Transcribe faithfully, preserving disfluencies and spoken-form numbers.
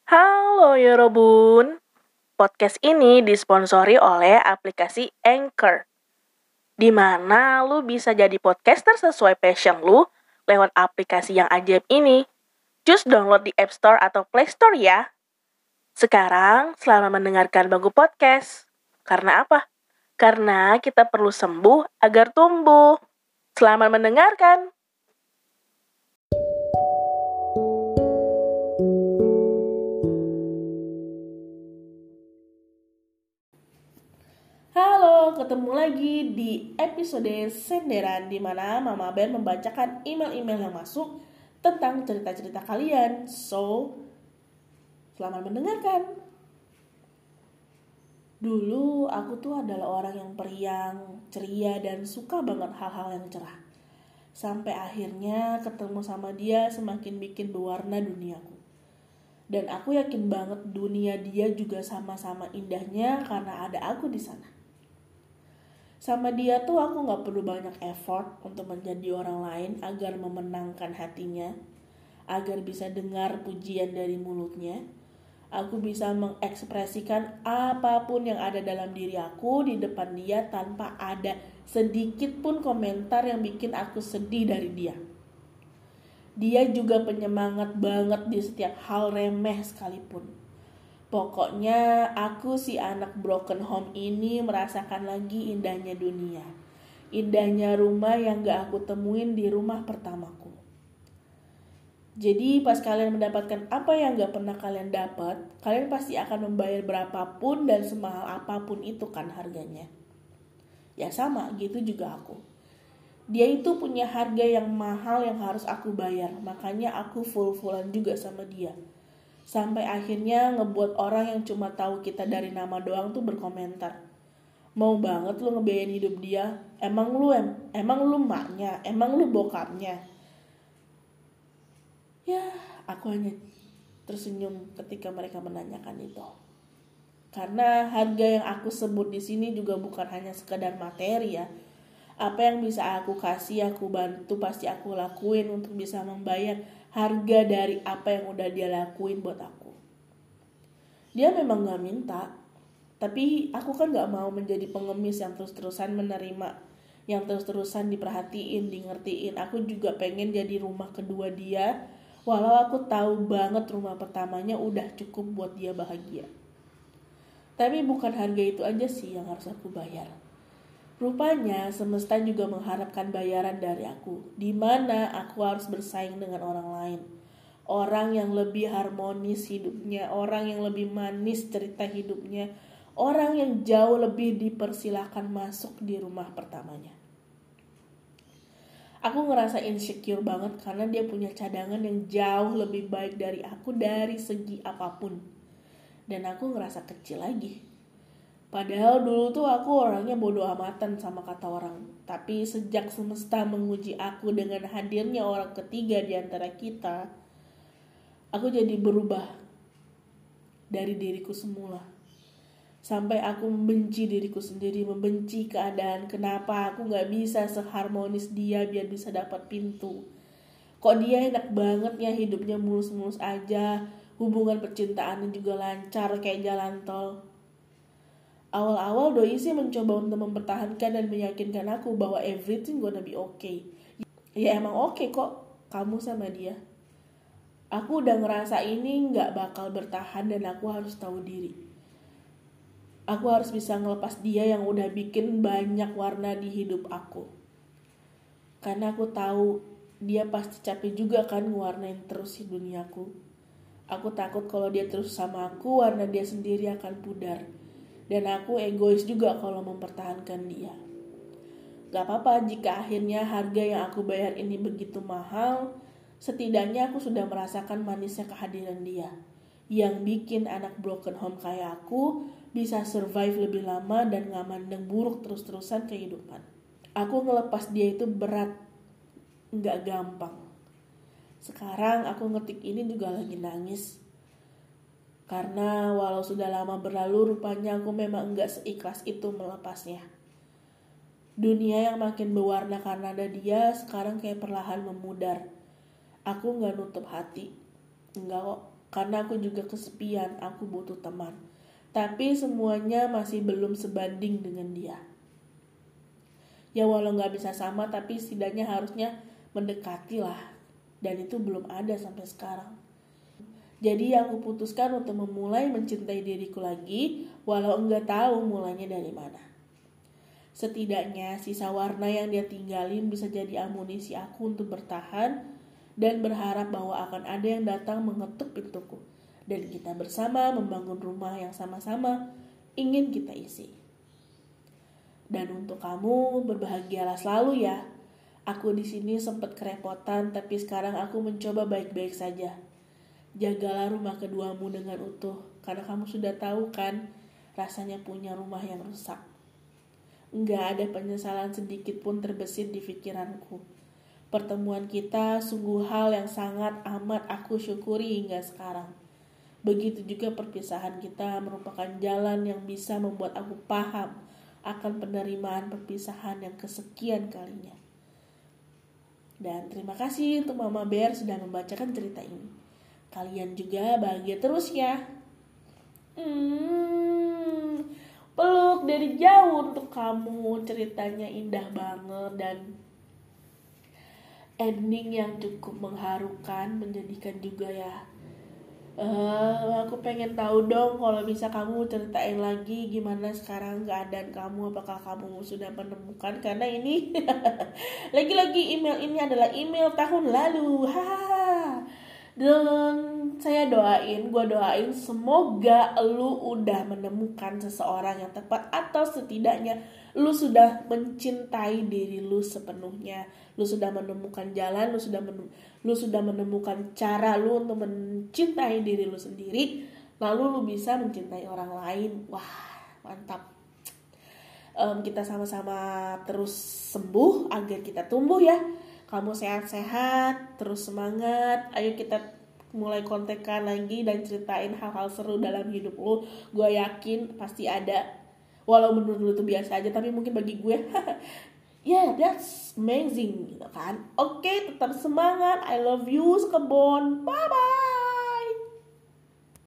Halo Yorobun, podcast ini disponsori oleh aplikasi Anchor, di mana lu bisa jadi podcaster sesuai passion lu lewat aplikasi yang ajaib ini. Just download di App Store atau Play Store ya. Sekarang, selamat mendengarkan Bangku Podcast. Karena apa? Karena kita perlu sembuh agar tumbuh. Selamat mendengarkan. Halo, ketemu lagi di episode Senderan, di mana Mama Ben membacakan email-email yang masuk tentang cerita-cerita kalian. So, selamat mendengarkan. Dulu aku tuh adalah orang yang periang, ceria, dan suka banget hal-hal yang cerah. Sampai akhirnya ketemu sama dia semakin bikin berwarna duniaku. Dan aku yakin banget dunia dia juga sama-sama indahnya karena ada aku di sana. Sama dia tuh aku gak perlu banyak effort untuk menjadi orang lain agar memenangkan hatinya, agar bisa dengar pujian dari mulutnya. Aku bisa mengekspresikan apapun yang ada dalam diri aku di depan dia tanpa ada sedikit pun komentar yang bikin aku sedih dari dia. Dia juga penyemangat banget di setiap hal remeh sekalipun. Pokoknya aku si anak broken home ini merasakan lagi indahnya dunia. Indahnya rumah yang gak aku temuin di rumah pertamaku. Jadi pas kalian mendapatkan apa yang gak pernah kalian dapat, kalian pasti akan membayar berapapun dan semahal apapun itu kan harganya. Ya sama gitu juga aku. Dia itu punya harga yang mahal yang harus aku bayar, makanya aku full-fullan juga sama dia. Sampai akhirnya ngebuat orang yang cuma tahu kita dari nama doang tuh berkomentar. Mau banget lu ngebiayain hidup dia? Emang lu em, emang lu maknya? Emang lu bokapnya? Ya, aku hanya tersenyum ketika mereka menanyakan itu. Karena harga yang aku sebut di sini juga bukan hanya sekedar materi ya. Apa yang bisa aku kasih, aku bantu, pasti aku lakuin untuk bisa membayar harga dari apa yang udah dia lakuin buat aku. Dia memang gak minta, tapi aku kan gak mau menjadi pengemis yang terus-terusan menerima, yang terus-terusan diperhatiin, di ngertiin. Aku juga pengen jadi rumah kedua dia, walau aku tahu banget rumah pertamanya udah cukup buat dia bahagia. Tapi bukan harga itu aja sih yang harus aku bayar. Rupanya semesta juga mengharapkan bayaran dari aku, di mana aku harus bersaing dengan orang lain. Orang yang lebih harmonis hidupnya, orang yang lebih manis cerita hidupnya, orang yang jauh lebih dipersilahkan masuk di rumah pertamanya. Aku ngerasa insecure banget karena dia punya cadangan yang jauh lebih baik dari aku dari segi apapun. Dan aku ngerasa kecil lagi. Padahal dulu tuh aku orangnya bodoh amatan sama kata orang. Tapi sejak semesta menguji aku dengan hadirnya orang ketiga di antara kita, aku jadi berubah dari diriku semula. Sampai aku membenci diriku sendiri, membenci keadaan. Kenapa aku gak bisa seharmonis dia biar bisa dapat pintu. Kok dia enak banget ya hidupnya mulus-mulus aja. Hubungan percintaannya juga lancar kayak jalan tol. Awal-awal doi sih mencoba untuk mempertahankan dan meyakinkan aku bahwa everything gonna be okay. Ya emang oke okay kok kamu sama dia. Aku udah ngerasa ini gak bakal bertahan dan aku harus tahu diri. Aku harus bisa ngelepas dia yang udah bikin banyak warna di hidup aku. Karena aku tahu dia pasti capek juga kan ngewarnain terus di duniaku. Aku takut kalau dia terus sama aku, warna dia sendiri akan pudar. Dan aku egois juga kalau mempertahankan dia. Gak apa-apa jika akhirnya harga yang aku bayar ini begitu mahal. Setidaknya aku sudah merasakan manisnya kehadiran dia. Yang bikin anak broken home kayak aku bisa survive lebih lama dan gak mandang buruk terus-terusan kehidupan. Aku ngelepas dia itu berat, gak gampang. Sekarang aku ngetik ini juga lagi nangis. Karena walau sudah lama berlalu, rupanya aku memang enggak seikhlas itu melepasnya. Dunia yang makin berwarna karena ada dia, sekarang kayak perlahan memudar. Aku enggak nutup hati. Enggak kok. karena aku juga kesepian, aku butuh teman. Tapi semuanya masih belum sebanding dengan dia. Ya walau gak bisa sama, tapi setidaknya harusnya mendekati lah. Dan itu belum ada sampai sekarang. Jadi aku putuskan untuk memulai mencintai diriku lagi, walau enggak tahu mulainya dari mana. Setidaknya sisa warna yang dia tinggalin bisa jadi amunisi aku untuk bertahan dan berharap bahwa akan ada yang datang mengetuk pintuku. Dan kita bersama membangun rumah yang sama-sama ingin kita isi. Dan untuk kamu, berbahagialah selalu ya. Aku di sini sempat kerepotan, tapi sekarang aku mencoba baik-baik saja. Jagalah rumah keduamu dengan utuh, karena kamu sudah tahu kan rasanya punya rumah yang rusak. Enggak ada penyesalan sedikit pun terbesit di pikiranku. Pertemuan kita sungguh hal yang sangat amat aku syukuri hingga sekarang. Begitu juga perpisahan kita merupakan jalan yang bisa membuat aku paham akan penerimaan perpisahan yang kesekian kalinya. Dan terima kasih untuk Mama Bear sudah membacakan cerita ini. Kalian juga bahagia terus ya. Hmm, peluk dari jauh untuk kamu. Ceritanya indah banget dan ending yang cukup mengharukan, menjadikan juga ya. Uh, aku pengen tahu dong kalau bisa kamu ceritain lagi gimana sekarang keadaan kamu, apakah kamu sudah menemukan, karena ini lagi-lagi email ini adalah email tahun lalu. Hahaha. Dan saya doain, gue doain semoga lu udah menemukan seseorang yang tepat, atau setidaknya lu sudah mencintai diri lu sepenuhnya. Lu sudah menemukan jalan, lu sudah menem- lu sudah menemukan cara lu untuk mencintai diri lu sendiri, lalu lu bisa mencintai orang lain. Wah, mantap. Um, kita sama-sama terus sembuh agar kita tumbuh ya. Kamu sehat-sehat, terus semangat. Ayo kita mulai kontekan lagi dan ceritain hal-hal seru dalam hidup lu. Gue yakin pasti ada. Walau menurut lu itu biasa aja, tapi mungkin bagi gue yeah, that's amazing gitu kan. Oke, tetap semangat. I love you, sekebon. Bye-bye.